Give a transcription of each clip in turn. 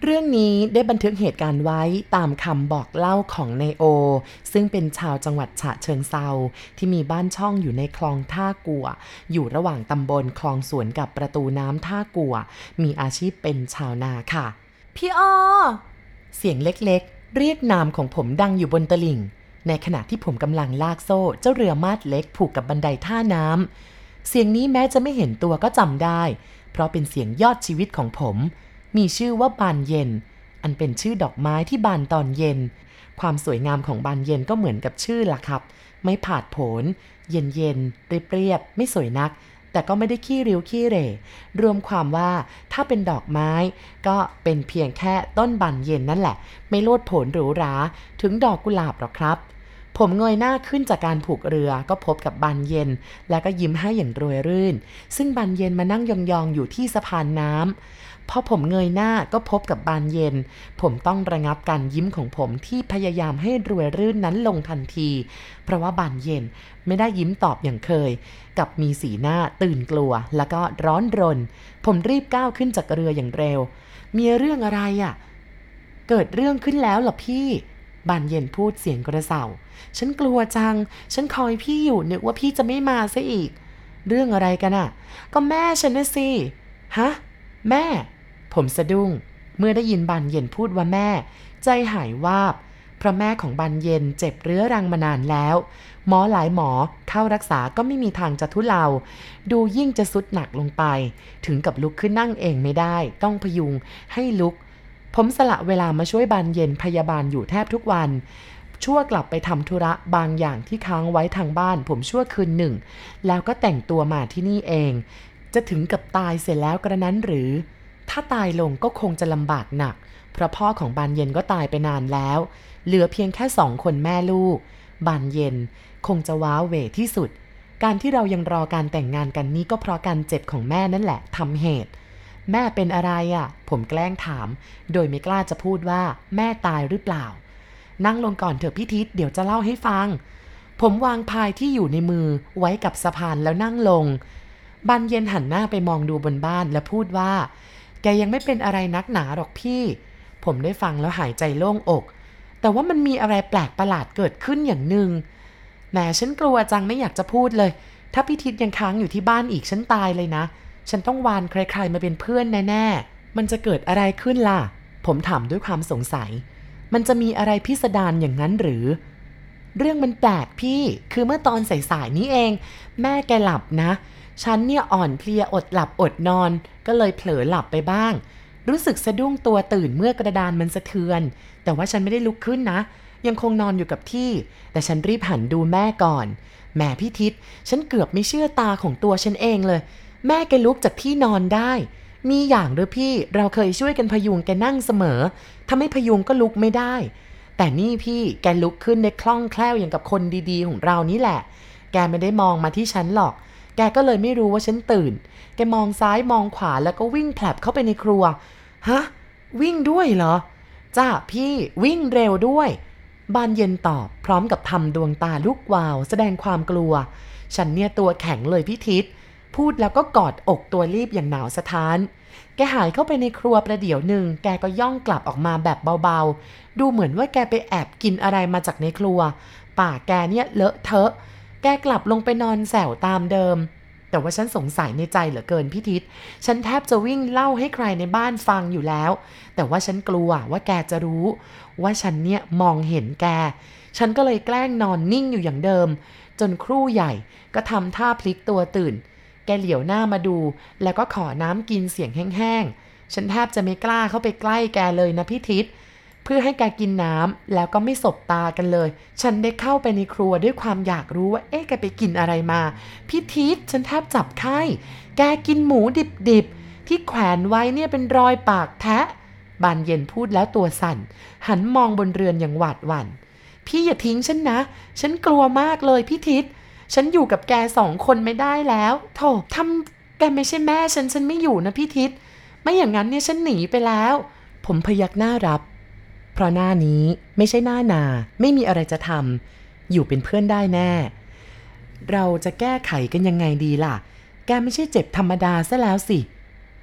เรื่องนี้ได้บันทึกเหตุการณ์ไว้ตามคำบอกเล่าของนายโอซึ่งเป็นชาวจังหวัดฉะเชิงเทราที่มีบ้านช่องอยู่ในคลองท่ากัวอยู่ระหว่างตำบลคลองสวนกับประตูน้ำท่ากัวมีอาชีพเป็นชาวนาค่ะพี่อ้อเสียงเล็กๆเรียกนามของผมดังอยู่บนตลิ่งในขณะที่ผมกำลังลากโซ่เจ้าเรือมาดเล็กผูกกับบันไดท่าน้ำเสียงนี้แม้จะไม่เห็นตัวก็จำได้เพราะเป็นเสียงยอดชีวิตของผมมีชื่อว่าบานเย็นอันเป็นชื่อดอกไม้ที่บานตอนเย็นความสวยงามของบานเย็นก็เหมือนกับชื่อล่ะครับไม่ผาดโผนเย็นๆเรียบๆไม่สวยนักแต่ก็ไม่ได้ขี้ริ้วขี้เหร่รวมความว่าถ้าเป็นดอกไม้ก็เป็นเพียงแค่ต้นบานเย็นนั่นแหละไม่โลดโผนหรูหราถึงดอกกุหลาบหรอกครับผมเงยหน้าขึ้นจากการผูกเรือก็พบกับบานเย็นและก็ยิ้มให้อย่างรวยรื่นซึ่งบานเย็นมานั่งยองๆอยู่ที่สะพานน้ำพอผมเงยหน้าก็พบกับบานเย็นผมต้องระงับการยิ้มของผมที่พยายามให้รวยรื่นนั้นลงทันทีเพราะว่าบานเย็นไม่ได้ยิ้มตอบอย่างเคยกับมีสีหน้าตื่นกลัวแล้วก็ร้อนรนผมรีบก้าวขึ้นจากเรืออย่างเร็วมีเรื่องอะไรอ่ะเกิดเรื่องขึ้นแล้วเหรอพี่บานเย็นพูดเสียงกระเส่าฉันกลัวจังฉันคอยพี่อยู่นึกว่าพี่จะไม่มาซะอีกเรื่องอะไรกันอ่ะก็แม่ฉันน่ะสิฮะแม่ผมสะดุ้งเมื่อได้ยินบานเย็นพูดว่าแม่ใจหายวาบเพราะแม่ของบานเย็นเจ็บเรื้อรังมานานแล้วหมอหลายหมอเข้ารักษาก็ไม่มีทางจะทุเลาดูยิ่งจะสุดหนักลงไปถึงกับลุกขึ้นนั่งเองไม่ได้ต้องพยุงให้ลุกผมสละเวลามาช่วยบานเย็นพยาบาลอยู่แทบทุกวันชั่วกลับไปทำธุระบางอย่างที่ค้างไว้ทางบ้านผมชั่วคืนหนึ่งแล้วก็แต่งตัวมาที่นี่เองจะถึงกับตายเสร็จแล้วกระนั้นหรือถ้าตายลงก็คงจะลำบากหนักเพราะพ่อของบานเย็นก็ตายไปนานแล้วเหลือเพียงแค่2 คนแม่ลูกบานเย็นคงจะว้าเหวที่สุดการที่เรายังรอการแต่งงานกันนี้ก็เพราะการเจ็บของแม่นั่นแหละทำเหตุแม่เป็นอะไรอ่ะผมแกล้งถามโดยไม่กล้าจะพูดว่าแม่ตายหรือเปล่านั่งลงก่อนเถอะพี่ทิศเดี๋ยวจะเล่าให้ฟังผมวางพายที่อยู่ในมือไว้กับสะพานแล้วนั่งลงบานเย็นหันหน้าไปมองดูบนบ้านและพูดว่าแกยังไม่เป็นอะไรนักหนาหรอกพี่ผมได้ฟังแล้วหายใจโล่งอกแต่ว่ามันมีอะไรแปลกประหลาดเกิดขึ้นอย่างหนึ่งแหมฉันกลัวจังไม่อยากจะพูดเลยถ้าพี่ทิศยังค้างอยู่ที่บ้านอีกฉันตายเลยนะฉันต้องวานใครๆมาเป็นเพื่อนแน่ๆมันจะเกิดอะไรขึ้นล่ะผมถามด้วยความสงสัยมันจะมีอะไรพิสดารอย่างนั้นหรือเรื่องมันแปลกพี่คือเมื่อตอนสายๆนี้เองแม่แกหลับนะฉันเนี่ยอ่อนเพลียอดหลับอดนอนก็เลยเผลอหลับไปบ้างรู้สึกสะดุ้งตัวตื่นเมื่อกระดานมันสะเทือนแต่ว่าฉันไม่ได้ลุกขึ้นนะยังคงนอนอยู่กับที่แต่ฉันรีบหันดูแม่ก่อนแม่พี่ทิศฉันเกือบไม่เชื่อตาของตัวฉันเองเลยแม่แกลุกจากที่นอนได้มีอย่างหรือพี่เราเคยช่วยกันพยุงแกนั่งเสมอถ้าไม่พยุงก็ลุกไม่ได้แต่นี่พี่แกลุกขึ้นได้คล่องแคล่วอย่างกับคนดีๆของเรานี่แหละแกไม่ได้มองมาที่ฉันหรอกแกก็เลยไม่รู้ว่าฉันตื่นแกมองซ้ายมองขวาแล้วก็วิ่งแผลบเข้าไปในครัวฮะวิ่งด้วยเหรอจ้าพี่วิ่งเร็วด้วยบานเย็นตอบพร้อมกับทำดวงตาลุกวาวแสดงความกลัวฉันเนี่ยตัวแข็งเลยพี่ทิศพูดแล้วก็กอดอกตัวรีบอย่างหนาวสะท้านแกหายเข้าไปในครัวประเดี๋ยวหนึ่งแกก็ย่องกลับออกมาแบบเบาๆดูเหมือนว่าแกไปแอบกินอะไรมาจากในครัวปากแกเนี่ยเลอะเทอะแกกลับลงไปนอนแสวตามเดิมแต่ว่าฉันสงสัยในใจเหลือเกินพี่ทิศฉันแทบจะวิ่งเล่าให้ใครในบ้านฟังอยู่แล้วแต่ว่าฉันกลัวว่าแกจะรู้ว่าฉันเนี่ยมองเห็นแกฉันก็เลยแกล้งนอนนิ่งอยู่อย่างเดิมจนครู่ใหญ่ก็ทำท่าพลิกตัวตื่นแกเหลียวหน้ามาดูแล้วก็ขอน้ำกินเสียงแห้งๆฉันแทบจะไม่กล้าเข้าไปใกล้แกเลยนะพี่ทิศเพื่อให้แกกินน้ำแล้วก็ไม่สบตากันเลยฉันได้เข้าไปในครัวด้วยความอยากรู้ว่าแกไปกินอะไรมาพี่ทิศฉันแทบจับไข้แกกินหมูดิบๆที่แขวนไว้เนี่ยเป็นรอยปากแทะบานเย็นพูดแล้วตัวสั่นหันมองบนเรือนอย่างหวาดหวั่นพี่อย่าทิ้งฉันนะฉันกลัวมากเลยพี่ทิศฉันอยู่กับแก2 คนไม่ได้แล้วโธ่ทำแกไม่ใช่แม่ฉันไม่อยู่นะพี่ทิศไม่อย่างนั้นเนี่ยฉันหนีไปแล้วผมพยักหน้ารับเพราะหน้านี้ไม่ใช่หน้านาไม่มีอะไรจะทำอยู่เป็นเพื่อนได้แน่เราจะแก้ไขกันยังไงดีล่ะแกไม่ใช่เจ็บธรรมดาซะแล้วสิ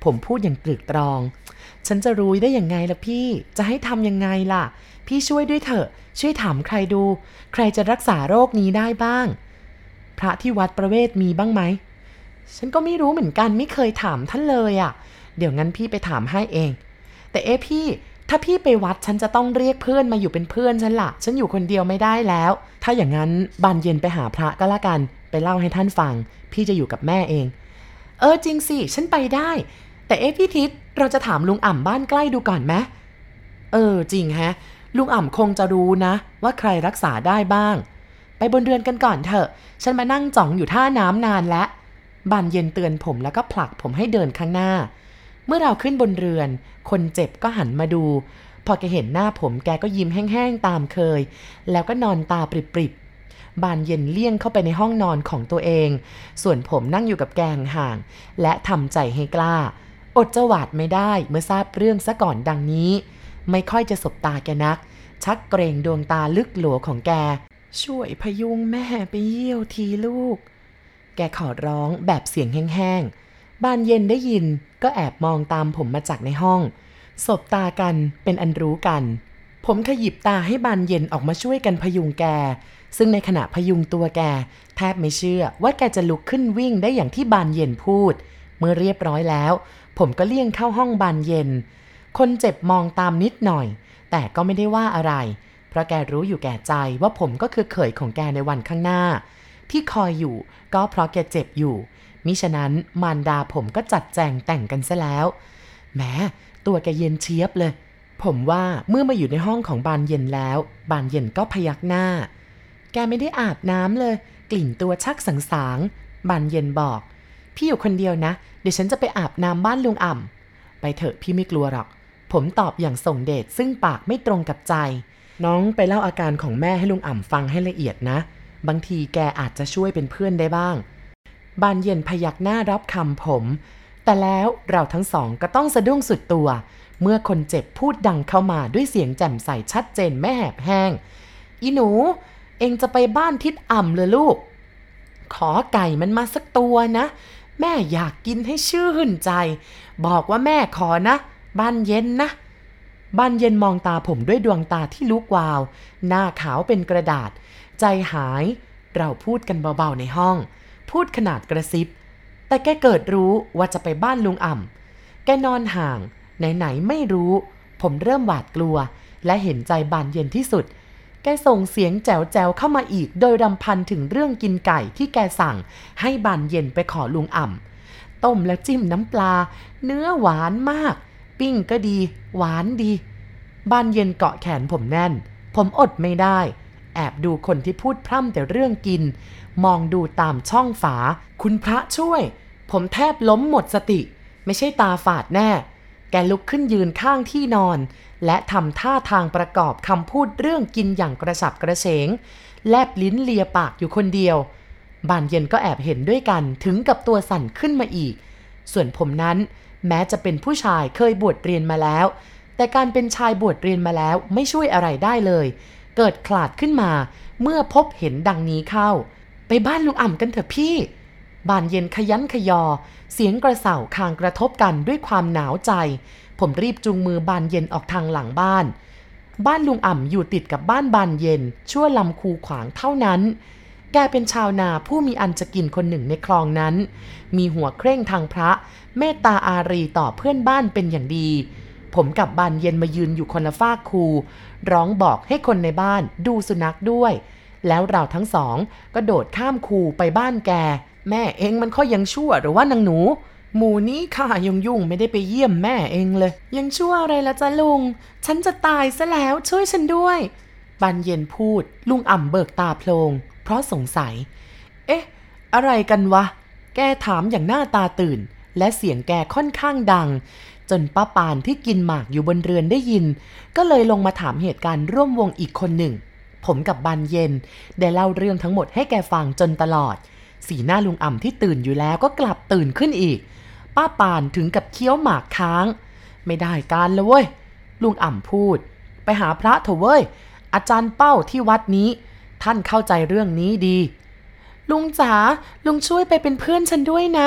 ผมพูดอย่างตรึกตรองฉันจะรู้ได้ยังไงล่ะพี่จะให้ทำยังไงล่ะพี่ช่วยด้วยเถอะช่วยถามใครดูใครจะรักษาโรคนี้ได้บ้างพระที่วัดประเวศมีบ้างไหมฉันก็ไม่รู้เหมือนกันไม่เคยถามท่านเลยอ่ะเดี๋ยวงั้นพี่ไปถามให้เองแต่พี่ถ้าพี่ไปวัดฉันจะต้องเรียกเพื่อนมาอยู่เป็นเพื่อนฉันล่ะฉันอยู่คนเดียวไม่ได้แล้วถ้าอย่างนั้นบานเย็นไปหาพระก็แล้วกันไปเล่าให้ท่านฟังพี่จะอยู่กับแม่เองจริงสิฉันไปได้แต่พี่ทิศเราจะถามลุงอ่ำบ้านใกล้ดูก่อนไหมจริงฮะลุงอ่ำคงจะรู้นะว่าใครรักษาได้บ้างไปบนเรือนกันก่อนเถอะฉันมานั่งจ่องอยู่ท่าน้ำนานแล้วบานเย็นเตือนผมแล้วก็ผลักผมให้เดินข้างหน้าเมื่อเราขึ้นบนเรือนคนเจ็บก็หันมาดูพอแกเห็นหน้าผมแกก็ยิ้มแห้งๆตามเคยแล้วก็นอนตาปริบๆบานเย็นเลี่ยงเข้าไปในห้องนอนของตัวเองส่วนผมนั่งอยู่กับแกห่างๆและทำใจให้กล้าอดจะหวาดไม่ได้เมื่อทราบเรื่องซะก่อนดังนี้ไม่ค่อยจะสบตาแกนักชักเกรงดวงตาลึกหลัวของแกช่วยพยุงแม่ไปเยี่ยวทีลูกแกขอร้องแบบเสียงแห้งๆบานเย็นได้ยินก็แอบมองตามผมมาจากในห้องสบตากันเป็นอันรู้กันผมขยิบตาให้บานเย็นออกมาช่วยกันพยุงแกซึ่งในขณะพยุงตัวแกแทบไม่เชื่อว่าแกจะลุกขึ้นวิ่งได้อย่างที่บานเย็นพูดเมื่อเรียบร้อยแล้วผมก็เลี่ยงเข้าห้องบานเย็นคนเจ็บมองตามนิดหน่อยแต่ก็ไม่ได้ว่าอะไรเพราะแกรู้อยู่แก่ใจว่าผมก็คือเขยของแกในวันข้างหน้าที่คอยอยู่ก็เพราะแกเจ็บอยู่มิฉะนั้นมารดาผมก็จัดแจงแต่งกันซะแล้วแหมตัวแกเย็นเชียบเลยผมว่าเมื่อมาอยู่ในห้องของบานเย็นแล้วบานเย็นก็พยักหน้าแกไม่ได้อาบน้ำเลยกลิ่นตัวชักสางๆบานเย็นบอกพี่อยู่คนเดียวนะเดี๋ยวฉันจะไปอาบน้ำบ้านลุงอ่ำไปเถอะพี่ไม่กลัวหรอกผมตอบอย่างส่งเดชซึ่งปากไม่ตรงกับใจน้องไปเล่าอาการของแม่ให้ลุงอ่ำฟังให้ละเอียดนะบางทีแกอาจจะช่วยเป็นเพื่อนได้บ้างบานเย็นพยักหน้ารับคำผมแต่แล้วเราทั้งสองก็ต้องสะดุ้งสุดตัวเมื่อคนเจ็บพูดดังเข้ามาด้วยเสียงแจ่มใสชัดเจนไม่แหบแห้งอีหนูเอ็งจะไปบ้านทิศอ่ำเลยลูกขอไก่มันมาสักตัวนะแม่อยากกินให้ชื่นใจบอกว่าแม่ขอนะบ้านเย็นนะบ้านเย็นมองตาผมด้วยดวงตาที่ลุกวาวหน้าขาวเป็นกระดาษใจหายเราพูดกันเบาๆในห้องพูดขนาดกระซิบแต่แกเกิดรู้ว่าจะไปบ้านลุงอ่ำแกนอนห่างไหนๆไม่รู้ผมเริ่มหวาดกลัวและเห็นใจบานเย็นที่สุดแกส่งเสียงแจ๋วๆเข้ามาอีกโดยรำพันถึงเรื่องกินไก่ที่แกสั่งให้บานเย็นไปขอลุงอ่ำต้มแล้วจิ้มน้ำปลาเนื้อหวานมากปิ้งก็ดีหวานดีบานเย็นเกาะแขนผมแน่นผมอดไม่ได้แอบดูคนที่พูดพร่ำแต่เรื่องกินมองดูตามช่องฝาคุณพระช่วยผมแทบล้มหมดสติไม่ใช่ตาฝาดแน่แกลุกขึ้นยืนข้างที่นอนและทำท่าทางประกอบคำพูดเรื่องกินอย่างกระฉับกระเฉงแลบลิ้นเลียปากอยู่คนเดียวบานเย็นก็แอบเห็นด้วยกันถึงกับตัวสั่นขึ้นมาอีกส่วนผมนั้นแม้จะเป็นผู้ชายเคยบวชเรียนมาแล้วแต่การเป็นชายบวชเรียนมาแล้วไม่ช่วยอะไรได้เลยเกิดขลาดขึ้นมาเมื่อพบเห็นดังนี้เข้าไปบ้านลุงอ่ำกันเถอะพี่บานเย็นขยันขยอเสียงกระเส่าคางกระทบกันด้วยความหนาวใจผมรีบจูงมือบานเย็นออกทางหลังบ้านลุงอ่ำอยู่ติดกับบ้านบานเย็นชั่วลำคูขวางเท่านั้นแกเป็นชาวนาผู้มีอันจะกินคนหนึ่งในคลองนั้นมีหัวเคร่งทางพระเมตตาอารีต่อเพื่อนบ้านเป็นอย่างดีผมกับบานเย็นมายืนอยู่คนละฟากคูร้องบอกให้คนในบ้านดูสุนัขด้วยแล้วเราทั้งสองก็โดดข้ามคูไปบ้านแกแม่เองมันค่อยยังชั่วหรือว่านางหนูหมู่นี้ข้ายุ่งไม่ได้ไปเยี่ยมแม่เองเลยยังชั่วอะไรละจ๊ะลุงฉันจะตายซะแล้วช่วยฉันด้วยบานเย็นพูดลุงอ่ำเบิกตาโพลงเพราะสงสัยอะไรกันวะแกถามอย่างหน้าตาตื่นและเสียงแกค่อนข้างดังจนป้าปานที่กินหมากอยู่บนเรือนได้ยินก็เลยลงมาถามเหตุการณ์ร่วมวงอีกคนหนึ่งผมกับบานเย็นได้เล่าเรื่องทั้งหมดให้แกฟังจนตลอดสีหน้าลุงอ่ำที่ตื่นอยู่แล้วก็กลับตื่นขึ้นอีกป้าปานถึงกับเคี้ยวหมากค้างไม่ได้การเลยเว้ยลุงอ่ำพูดไปหาพระเถอะเว้ยอาจารย์เป้าที่วัดนี้ท่านเข้าใจเรื่องนี้ดีลุงจ๋าลุงช่วยไปเป็นเพื่อนฉันด้วยนะ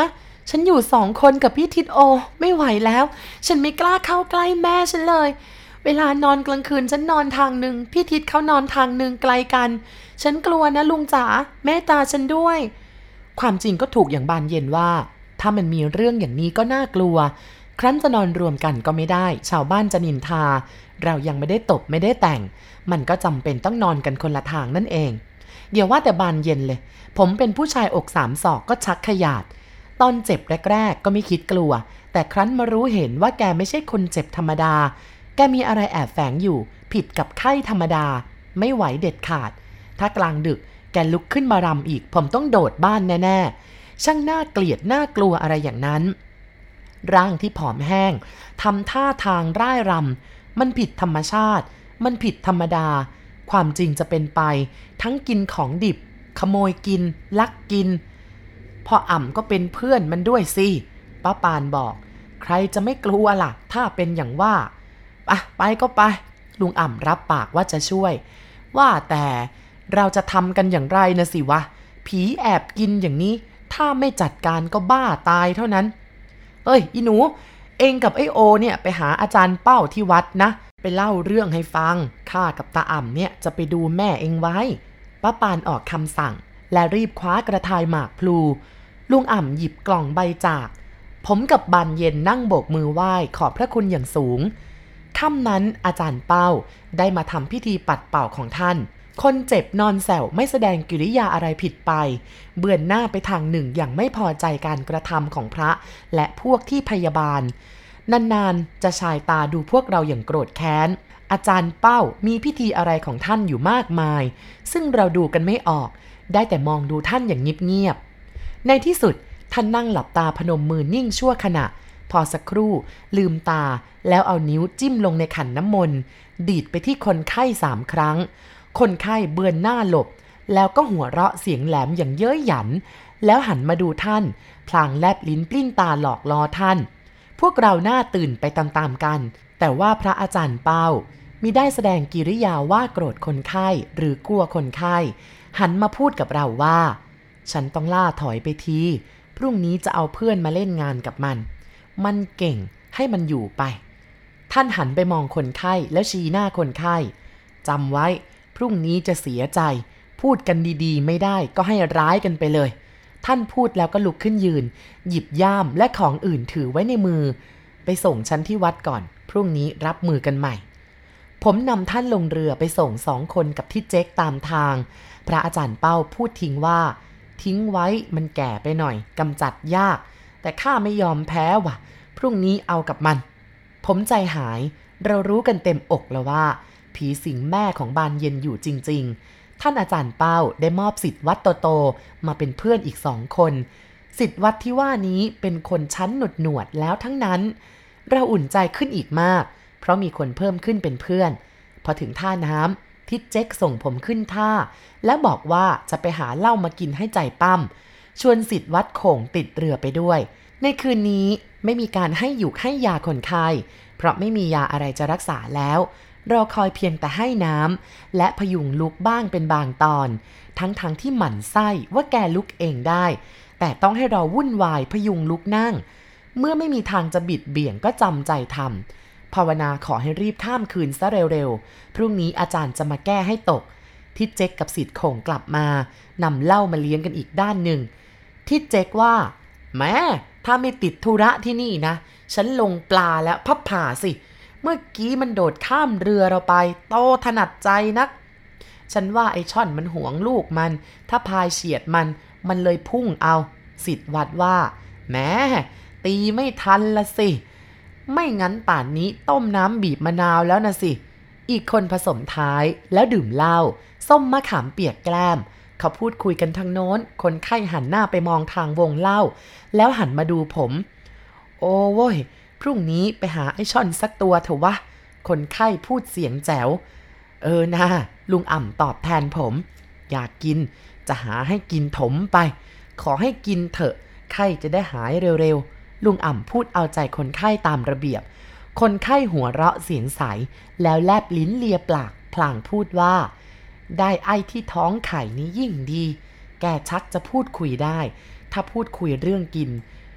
ฉันอยู่2 คนกับพี่ทิดโอไม่ไหวแล้วฉันไม่กล้าเข้าใกล้แม่ฉันเลยเวลานอนกลางคืนฉันนอนทางหนึ่งพี่ทิดเขานอนทางหนึ่งไกลกันฉันกลัวนะลุงจ๋าเมตตาฉันด้วยความจริงก็ถูกอย่างบานเย็นว่าถ้ามันมีเรื่องอย่างนี้ก็น่ากลัวครั้นจะนอนรวมกันก็ไม่ได้ชาวบ้านจะนินทาเรายังไม่ได้ตบไม่ได้แต่งมันก็จำเป็นต้องนอนกันคนละทางนั่นเองเดี๋ยวว่าแต่บานเย็นเลยผมเป็นผู้ชายอก3 ศอกก็ชักขยาดตอนเจ็บแรกๆก็ไม่คิดกลัวแต่ครั้นมารู้เห็นว่าแกไม่ใช่คนเจ็บธรรมดาแกมีอะไรแอบแฝงอยู่ผิดกับไข้ธรรมดาไม่ไหวเด็ดขาดถ้ากลางดึกแกลุกขึ้นมารำอีกผมต้องโดดบ้านแน่ๆช่างน่าเกลียดน่ากลัวอะไรอย่างนั้นร่างที่ผอมแห้งทำท่าทางร่ายรำมันผิดธรรมชาติมันผิดธรรมดาความจริงจะเป็นไปทั้งกินของดิบขโมยกินลักกินพ่ออ่ำก็เป็นเพื่อนมันด้วยสิป้าปานบอกใครจะไม่กลัวล่ะถ้าเป็นอย่างว่าไปก็ไปลุงอ่ำรับปากว่าจะช่วยว่าแต่เราจะทำกันอย่างไรนะสิวะผีแอบกินอย่างนี้ถ้าไม่จัดการก็บ้าตายเท่านั้นเอ้ยอีหนูเองกับไอโอเนี่ยไปหาอาจารย์เป้าที่วัดนะไปเล่าเรื่องให้ฟังข้ากับตาอ่ำเนี่ยจะไปดูแม่เองไว้ป้าปานออกคำสั่งและรีบคว้ากระทายหมากพลูลุงอ่ำหยิบกล่องใบจากผมกับบานเย็นนั่งโบกมือไหว้ขอบพระคุณอย่างสูงค่ำนั้นอาจารย์เป้าได้มาทำพิธีปัดเป่าของท่านคนเจ็บนอนแส่วไม่แสดงกิริยาอะไรผิดไปเบือนหน้าไปทางหนึ่งอย่างไม่พอใจการกระทำของพระและพวกที่พยาบาลนานๆจะชายตาดูพวกเราอย่างโกรธแค้นอาจารย์เป้ามีพิธีอะไรของท่านอยู่มากมายซึ่งเราดูกันไม่ออกได้แต่มองดูท่านอย่างเงียบๆในที่สุดท่านนั่งหลับตาพนมมือนิ่งชั่วขณะพอสักครู่ลืมตาแล้วเอานิ้วจิ้มลงในขันน้ำมนต์ดีดไปที่คนไข้3 ครั้งคนไข้เบือนหน้าหลบแล้วก็หัวเราะเสียงแหลมอย่างเย้ยหยันแล้วหันมาดูท่านพลางแลบลิ้นปลิ้นตาหลอกล้อท่านพวกเราหน้าตื่นไปตามๆกันแต่ว่าพระอาจารย์เป้ามิได้แสดงกิริยาว่าโกรธคนไข้หรือกลัวคนไข้หันมาพูดกับเราว่าฉันต้องล่าถอยไปทีพรุ่งนี้จะเอาเพื่อนมาเล่นงานกับมันเก่งให้มันอยู่ไปท่านหันไปมองคนไข้แล้วชี้หน้าคนไข้จำไว้พรุ่งนี้จะเสียใจพูดกันดีๆไม่ได้ก็ให้ร้ายกันไปเลยท่านพูดแล้วก็ลุกขึ้นยืนหยิบย่ามและของอื่นถือไว้ในมือไปส่งฉันที่วัดก่อนพรุ่งนี้รับมือกันใหม่ผมนำท่านลงเรือไปส่ง2 คนกับที่เจ๊กตามทางพระอาจารย์เป้าพูดทิ้งว่าทิ้งไว้มันแก่ไปหน่อยกำจัดยากแต่ข้าไม่ยอมแพ้ว่ะพรุ่งนี้เอากับมันผมใจหายเรารู้กันเต็มอกแล้วว่าผีสิงแม่ของบานเย็นอยู่จริงๆท่านอาจารย์เป้าได้มอบศิษย์วัดโตๆมาเป็นเพื่อนอีก2 คนศิษย์วัดที่ว่านี้เป็นคนชั้นหนวดแล้วทั้งนั้นเราอุ่นใจขึ้นอีกมากเพราะมีคนเพิ่มขึ้นเป็นเพื่อนพอถึงท่าน้ำทิดเจ๊กส่งผมขึ้นท่าและบอกว่าจะไปหาเหล้ามากินให้ใจปั้มชวนศิษย์วัดโข่งติดเรือไปด้วยในคืนนี้ไม่มีการให้หยุกให้ยาคนไข้เพราะไม่มียาอะไรจะรักษาแล้วรอคอยเพียงแต่ให้น้ำและพยุงลุกบ้างเป็นบางตอนทั้งที่หมั่นไส้ว่าแกลุกเองได้แต่ต้องให้เราวุ่นวายพยุงลุกนั่งเมื่อไม่มีทางจะบิดเบี่ยงก็จำใจทำภาวนาขอให้รีบข้ามคืนซะเร็วๆพรุ่งนี้อาจารย์จะมาแก้ให้ตกทิดเจ๊กกับศิษย์โข่งกลับมานำเหล้ามาเลี้ยงกันอีกด้านหนึ่งทิดเจ๊กว่าแม่ถ้าไม่ติดธุระที่นี่นะฉันลงปลาแล้วพับผ่าสิเมื่อกี้มันโดดข้ามเรือเราไปโตถนัดใจนักฉันว่าไอ้ช่อนมันหวงลูกมันถ้าพายเฉียดมันเลยพุ่งเอาศิษย์วัดว่าแม่ตีไม่ทันละสิไม่งั้นป่านนี้ต้มน้ำบีบมะนาวแล้วนะสิอีกคนผสมท้ายแล้วดื่มเหล้าส้มมะขามเปียกแกล้มเขาพูดคุยกันทางโน้นคนไข้หันหน้าไปมองทางวงเหล้าแล้วหันมาดูผมโอ้โว้ยพรุ่งนี้ไปหาไอ้ช่อนสักตัวเถอะวะคนไข้พูดเสียงแจ๋วนะลุงอ่ำตอบแทนผมอยากกินจะหาให้กินถมไปขอให้กินเถอะไข้จะได้หายเร็วๆลุงอ่ำพูดเอาใจคนไข้ตามระเบียบคนไข้หัวเราะเสียงใสแล้วแลบลิ้นเลียปากพลางพูดว่าได้ไอ้ที่ท้องไข่นี้ยิ่งดีแกชักจะพูดคุยได้ถ้าพูดคุยเรื่องกิน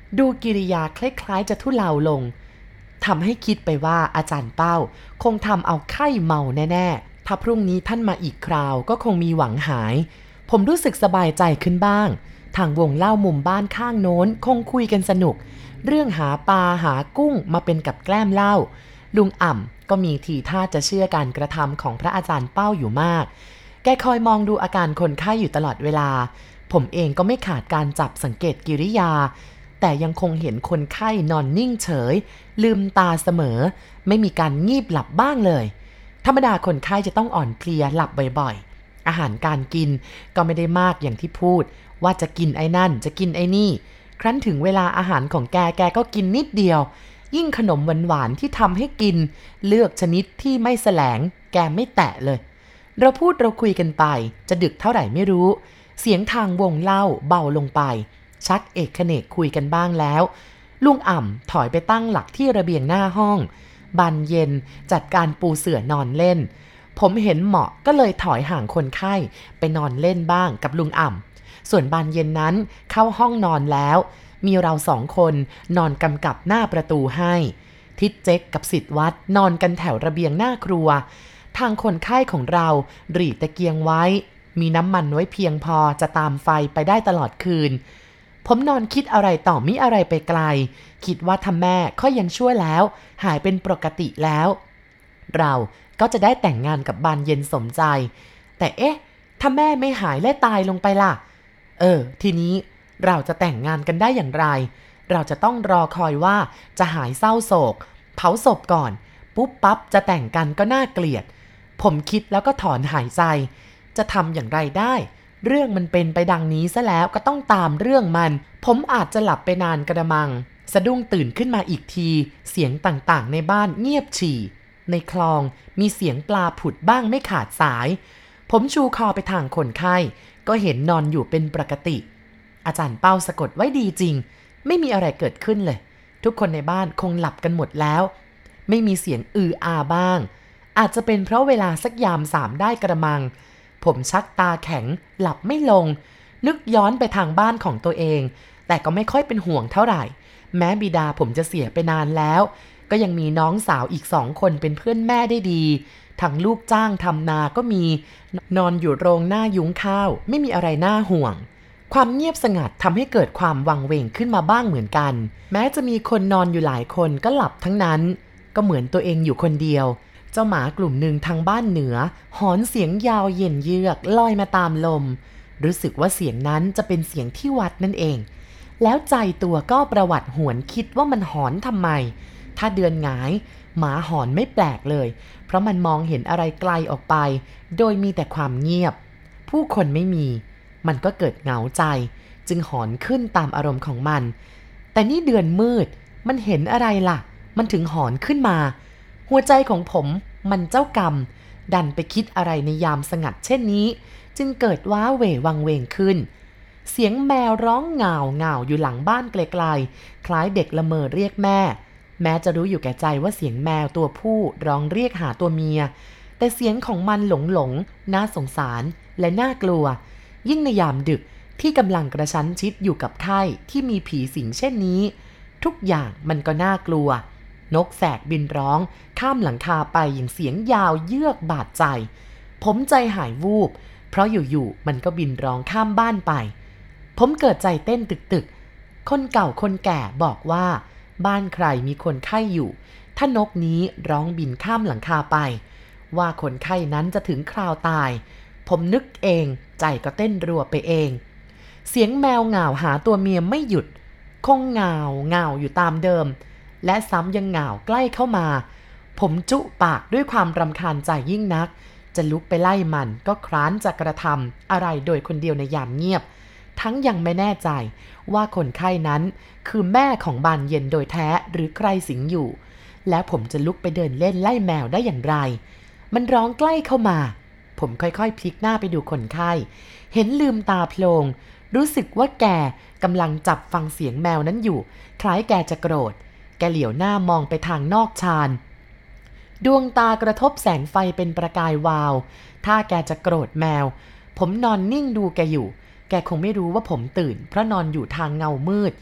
ดูกิริยาคล้ายๆจะทุเลาลงทำให้คิดไปว่าอาจารย์เป้าคงทำเอาไข้เมาแน่ๆถ้าพรุ่งนี้ท่านมาอีกคราวก็คงมีหวังหายผมรู้สึกสบายใจขึ้นบ้างทางวงเล่ามุมบ้านข้างโน้นคงคุยกันสนุกเรื่องหาปลาหากุ้งมาเป็นกับแกล้มเหล้าลุงอ่ำก็มีทีท่าจะเชื่อการกระทำของพระอาจารย์เป้าอยู่มากแกคอยมองดูอาการคนไข้อยู่ตลอดเวลาผมเองก็ไม่ขาดการจับสังเกตกิริยาแต่ยังคงเห็นคนไข้นอนนิ่งเฉยลืมตาเสมอไม่มีการงีบหลับบ้างเลยธรรมดาคนไข้จะต้องอ่อนเพลียหลับบ่อยๆอาหารการกินก็ไม่ได้มากอย่างที่พูดว่าจะกินไอ้นั่นจะกินไอ้นี่ครั้นถึงเวลาอาหารของแกก็กินนิดเดียวยิ่งขนมหวานๆที่ทำให้กินเลือกชนิดที่ไม่แสลงแกไม่แตะเลยเราพูดเราคุยกันไปจะดึกเท่าไหร่ไม่รู้เสียงทางวงเล่าเบาลงไปชักเอกเขนกคุยกันบ้างแล้วลุงอ่ำถอยไปตั้งหลักที่ระเบียงหน้าห้องบานเย็นจัดการปูเสื่อนอนเล่นผมเห็นเหมาะก็เลยถอยห่างคนไข้ไปนอนเล่นบ้างกับลุงอ่ำส่วนบานเย็นนั้นเข้าห้องนอนแล้วมีเรา2 คนนอนกำกับหน้าประตูให้ทิดเจ๊กกับศิษย์วัดนอนกันแถวระเบียงหน้าครัวทางคนไข้ของเราหรี่ตะเกียงไว้มีน้ำมันไว้เพียงพอจะตามไฟไปได้ตลอดคืนผมนอนคิดอะไรต่อมิอะไรไปไกลคิดว่าถ้าแม่ค่อยยังชั่วแล้วหายเป็นปกติแล้วเราก็จะได้แต่งงานกับบานเย็นสมใจแต่เอ๊ะถ้าแม่ไม่หายและตายลงไปล่ะทีนี้เราจะแต่งงานกันได้อย่างไรเราจะต้องรอคอยว่าจะหายเศร้าโศกเผาศพก่อนปุ๊บปั๊บจะแต่งกันก็น่าเกลียดผมคิดแล้วก็ถอนหายใจจะทำอย่างไรได้เรื่องมันเป็นไปดังนี้ซะแล้วก็ต้องตามเรื่องมันผมอาจจะหลับไปนานกระมังสะดุ้งตื่นขึ้นมาอีกทีเสียงต่างๆในบ้านเงียบฉี่ในคลองมีเสียงปลาผุดบ้างไม่ขาดสายผมชูคอไปทางคนไข้ก็เห็นนอนอยู่เป็นปกติอาจารย์เป้าสะกดไว้ดีจริงไม่มีอะไรเกิดขึ้นเลยทุกคนในบ้านคงหลับกันหมดแล้วไม่มีเสียงอืออาบ้างอาจจะเป็นเพราะเวลาสักยาม3ได้กระมังผมชักตาแข็งหลับไม่ลงนึกย้อนไปทางบ้านของตัวเองแต่ก็ไม่ค่อยเป็นห่วงเท่าไหร่แม้บิดาผมจะเสียไปนานแล้วก็ยังมีน้องสาวอีก2 คนเป็นเพื่อนแม่ได้ดีทั้งลูกจ้างทำนาก็มีนอนอยู่โรงหน้ายุ้งข้าวไม่มีอะไรน่าห่วงความเงียบสงัดทำให้เกิดความวังเวงขึ้นมาบ้างเหมือนกันแม้จะมีคนนอนอยู่หลายคนก็หลับทั้งนั้นก็เหมือนตัวเองอยู่คนเดียวเจ้าหมากลุ่มหนึ่งทางบ้านเหนือหอนเสียงยาวเย็นเยือกลอยมาตามลมรู้สึกว่าเสียงนั้นจะเป็นเสียงที่วัดนั่นเองแล้วใจตัวก็ประวัติหวนคิดว่ามันหอนทำไมถ้าเดือนหงายหมาหอนไม่แปลกเลยเพราะมันมองเห็นอะไรไกลออกไปโดยมีแต่ความเงียบผู้คนไม่มีมันก็เกิดเหงาใจจึงหอนขึ้นตามอารมณ์ของมันแต่นี่เดือนมืดมันเห็นอะไรล่ะมันถึงหอนขึ้นมาหัวใจของผมมันเจ้ากรรมดันไปคิดอะไรในยามสงัดเช่นนี้จึงเกิดว้าเหววังเวงขึ้นเสียงแมวร้องเหง่าอยู่หลังบ้านไกลๆคล้ายเด็กละเมอเรียกแม่แม้จะรู้อยู่แก่ใจว่าเสียงแมวตัวผู้ร้องเรียกหาตัวเมียแต่เสียงของมันหลงน่าสงสารและน่ากลัวยิ่งในยามดึกที่กำลังกระชั้นชิดอยู่กับไข้ที่มีผีสิงเช่นนี้ทุกอย่างมันก็น่ากลัวนกแสกบินร้องข้ามหลังคาไปอย่างเสียงยาวเยือกบาดใจผมใจหายวูบเพราะอยู่ๆมันก็บินร้องข้ามบ้านไปผมเกิดใจเต้นตึกๆคนเก่าคนแก่บอกว่าบ้านใครมีคนไข้อยู่ถ้านกนี้ร้องบินข้ามหลังคาไปว่าคนไข้นั้นจะถึงคราวตายผมนึกเองใจก็เต้นรัวไปเองเสียงแมวเหง่าหาตัวเมียไม่หยุดคงเหง่าอยู่ตามเดิมและซ้ำยังเหง่าใกล้เข้ามาผมจุปากด้วยความรำคาญใจยิ่งนักจะลุกไปไล่มันก็คร้านจะกระทำอะไรโดยคนเดียวในยามเงียบทั้งยังไม่แน่ใจว่าคนไข้นั้นคือแม่ของบานเย็นโดยแท้หรือใครสิงอยู่แล้วผมจะลุกไปเดินเล่นไล่แมวได้อย่างไรมันร้องใกล้เข้ามาผมค่อยๆพลิกหน้าไปดูคนไข้เห็นลืมตาโพลงรู้สึกว่าแกกำลังจับฟังเสียงแมวนั้นอยู่คล้ายแกจะโกรธแกเหลียวหน้ามองไปทางนอกชานดวงตากระทบแสงไฟเป็นประกายวาวถ้าแกจะโกรธแมวผมนอนนิ่งดูแกอยู่แกคงไม่รู้ว่าผมตื่นเพราะนอนอยู่ทางเงามืด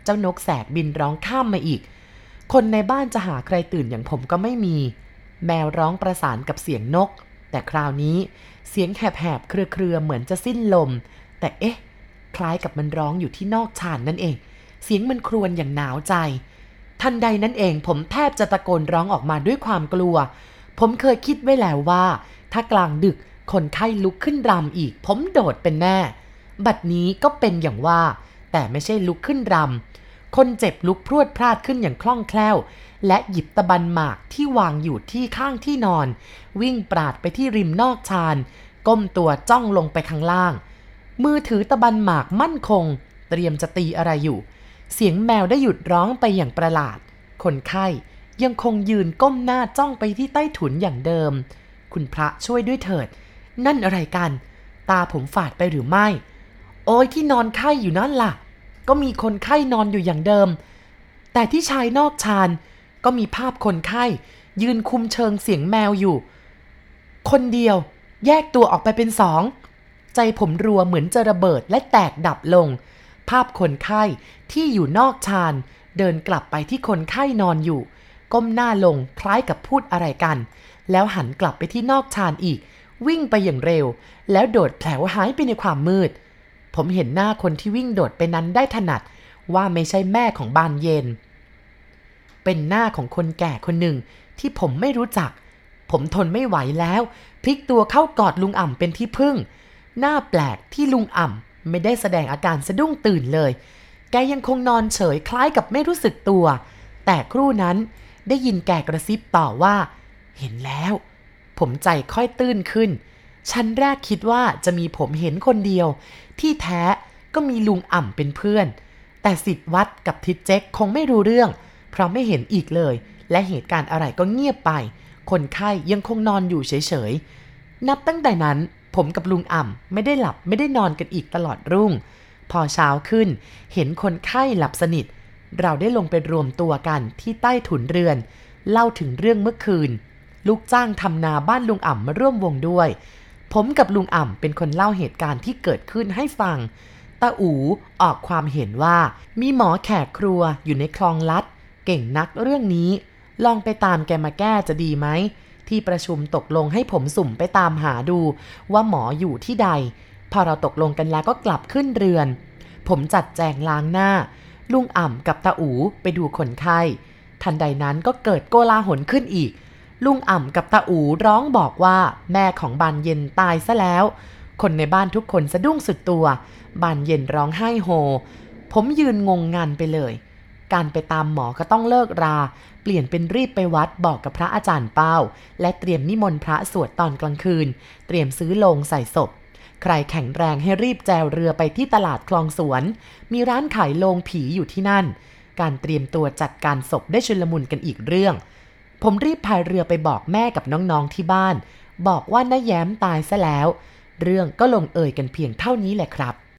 เจ้านกแสกบินร้องข้ามมาอีกคนในบ้านจะหาใครตื่นอย่างผมก็ไม่มีแมวร้องประสานกับเสียงนกแต่คราวนี้เสียงแหบๆเครือๆเหมือนจะสิ้นลมแต่เอ๊ะคล้ายกับมันร้องอยู่ที่นอกชานนั่นเองเสียงมันครวญอย่างหนาวใจทันใดนั้นเองผมแทบจะตะโกนร้องออกมาด้วยความกลัวผมเคยคิดไว้แล้วว่าถ้ากลางดึกคนไข้ลุกขึ้นรำอีกผมโดดเป็นแน่บัดนี้ก็เป็นอย่างว่าแต่ไม่ใช่ลุกขึ้นรำคนเจ็บลุกพรวดพลาดขึ้นอย่างคล่องแคล่วและหยิบตะบันหมากที่วางอยู่ที่ข้างที่นอนวิ่งปราดไปที่ริมนอกชานก้มตัวจ้องลงไปข้างล่างมือถือตะบันหมากมั่นคงเตรียมจะตีอะไรอยู่เสียงแมวได้หยุดร้องไปอย่างประหลาดคนไข้ยังคงยืนก้มหน้าจ้องไปที่ใต้ถุนอย่างเดิมคุณพระช่วยด้วยเถิดนั่นอะไรกันตาผมฝาดไปหรือไม่โอ้ยที่นอนไข้อยู่นั่นล่ะก็มีคนไข้นอนอยู่อย่างเดิมแต่ที่ชายนอกชานก็มีภาพคนไข้ยืนคุมเชิงเสียงแมวอยู่คนเดียวแยกตัวออกไปเป็นสองใจผมรัวเหมือนจะระเบิดและแตกดับลงภาพคนไข้ที่อยู่นอกชานเดินกลับไปที่คนไข้นอนอยู่ก้มหน้าลงคล้ายกับพูดอะไรกันแล้วหันกลับไปที่นอกชานอีกวิ่งไปอย่างเร็วแล้วโดดแผลวหายไปในความมืดผมเห็นหน้าคนที่วิ่งโดดไปนั้นได้ถนัดว่าไม่ใช่แม่ของบานเย็นเป็นหน้าของคนแก่คนหนึ่งที่ผมไม่รู้จักผมทนไม่ไหวแล้วพลิกตัวเข้ากอดลุงอ่ำเป็นที่พึ่งหน้าแปลกที่ลุงอ่ำไม่ได้แสดงอาการสะดุ้งตื่นเลยแกยังคงนอนเฉยคล้ายกับไม่รู้สึกตัวแต่ครู่นั้นได้ยินแกกระซิบต่อว่าเห็นแล้วผมใจค่อยตื้นขึ้นชั้นแรกคิดว่าจะมีผมเห็นคนเดียวที่แท้ก็มีลุงอ่ำเป็นเพื่อนแต่ศิษย์วัดกับทิดเจ๊กคงไม่รู้เรื่องเพราะไม่เห็นอีกเลยและเหตุการณ์อะไรก็เงียบไปคนไข้ยังคงนอนอยู่เฉยๆนับตั้งแต่นั้นผมกับลุงอ่ำไม่ได้หลับไม่ได้นอนกันอีกตลอดรุ่งพอเช้าขึ้นเห็นคนไข้หลับสนิทเราได้ลงไปรวมตัวกันที่ใต้ถุนเรือนเล่าถึงเรื่องเมื่อคืนลูกจ้างทำนาบ้านลุงอ่ำมาร่วมวงด้วยผมกับลุงอ่ำเป็นคนเล่าเหตุการณ์ที่เกิดขึ้นให้ฟังตาอู๋ออกความเห็นว่ามีหมอแขกครัวอยู่ในคลองลัดเก่งนักเรื่องนี้ลองไปตามแกมาแก้จะดีไหมที่ประชุมตกลงให้ผมสุ่มไปตามหาดูว่าหมออยู่ที่ใดพอเราตกลงกันแล้วก็กลับขึ้นเรือนผมจัดแจงล้างหน้าลุงอ่ำกับตาอู๋ไปดูคนไข้ทันใดนั้นก็เกิดโกลาหลขึ้นอีกลุงอ่ำกับตาอู๋ร้องบอกว่าแม่ของบานเย็นตายซะแล้วคนในบ้านทุกคนสะดุ้งสุดตัวบานเย็นร้องไห้โฮผมยืนงงงันไปเลยการไปตามหมอก็ต้องเลิกราเปลี่ยนเป็นรีบไปวัดบอกกับพระอาจารย์เป้าและเตรียมนิมนต์พระสวดตอนกลางคืนเตรียมซื้อโลงใส่ศพใครแข็งแรงให้รีบแจวเรือไปที่ตลาดคลองสวนมีร้านขายโลงผีอยู่ที่นั่นการเตรียมตัวจัดการศพได้ชุลมุนกันอีกเรื่องผมรีบพายเรือไปบอกแม่กับน้องๆที่บ้านบอกว่าน้าแย้มตายซะแล้วเรื่องก็ลงเอยกันเพียงเท่านี้แหละครับ